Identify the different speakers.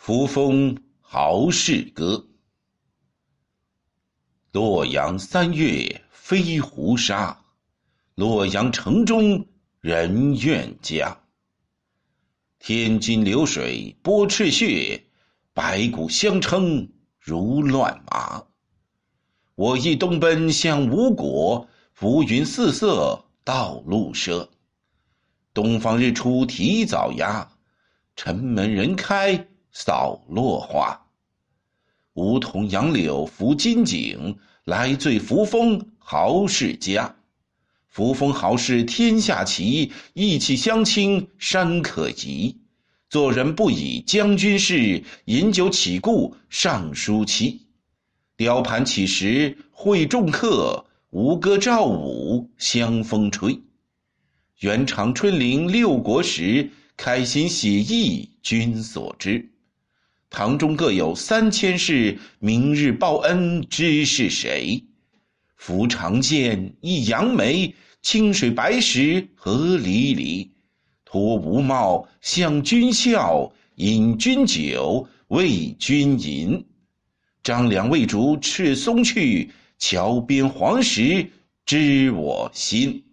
Speaker 1: 扶风豪士歌。洛阳3月飞胡沙，洛阳城中人怨家。天津流水波赤血，白骨相称如乱麻。我亦东奔向吴国，浮云四色道路赊。东方日出提早鸦，城门人开扫落花。梧桐杨柳拂金井，来醉扶风豪士家。扶风豪士天下齐，义气相倾山可移。做人不以将军事，饮酒起故尚书期。雕盘起时会众客，吴歌赵舞香风吹。元长春陵六国时，开心写意君所知。堂中各有3000士，明日报恩知是谁？扶长剑，一扬眉，清水白石何离离。托吴帽，向君笑，饮君酒，为君吟。张良未逐赤松去，桥边黄石知我心。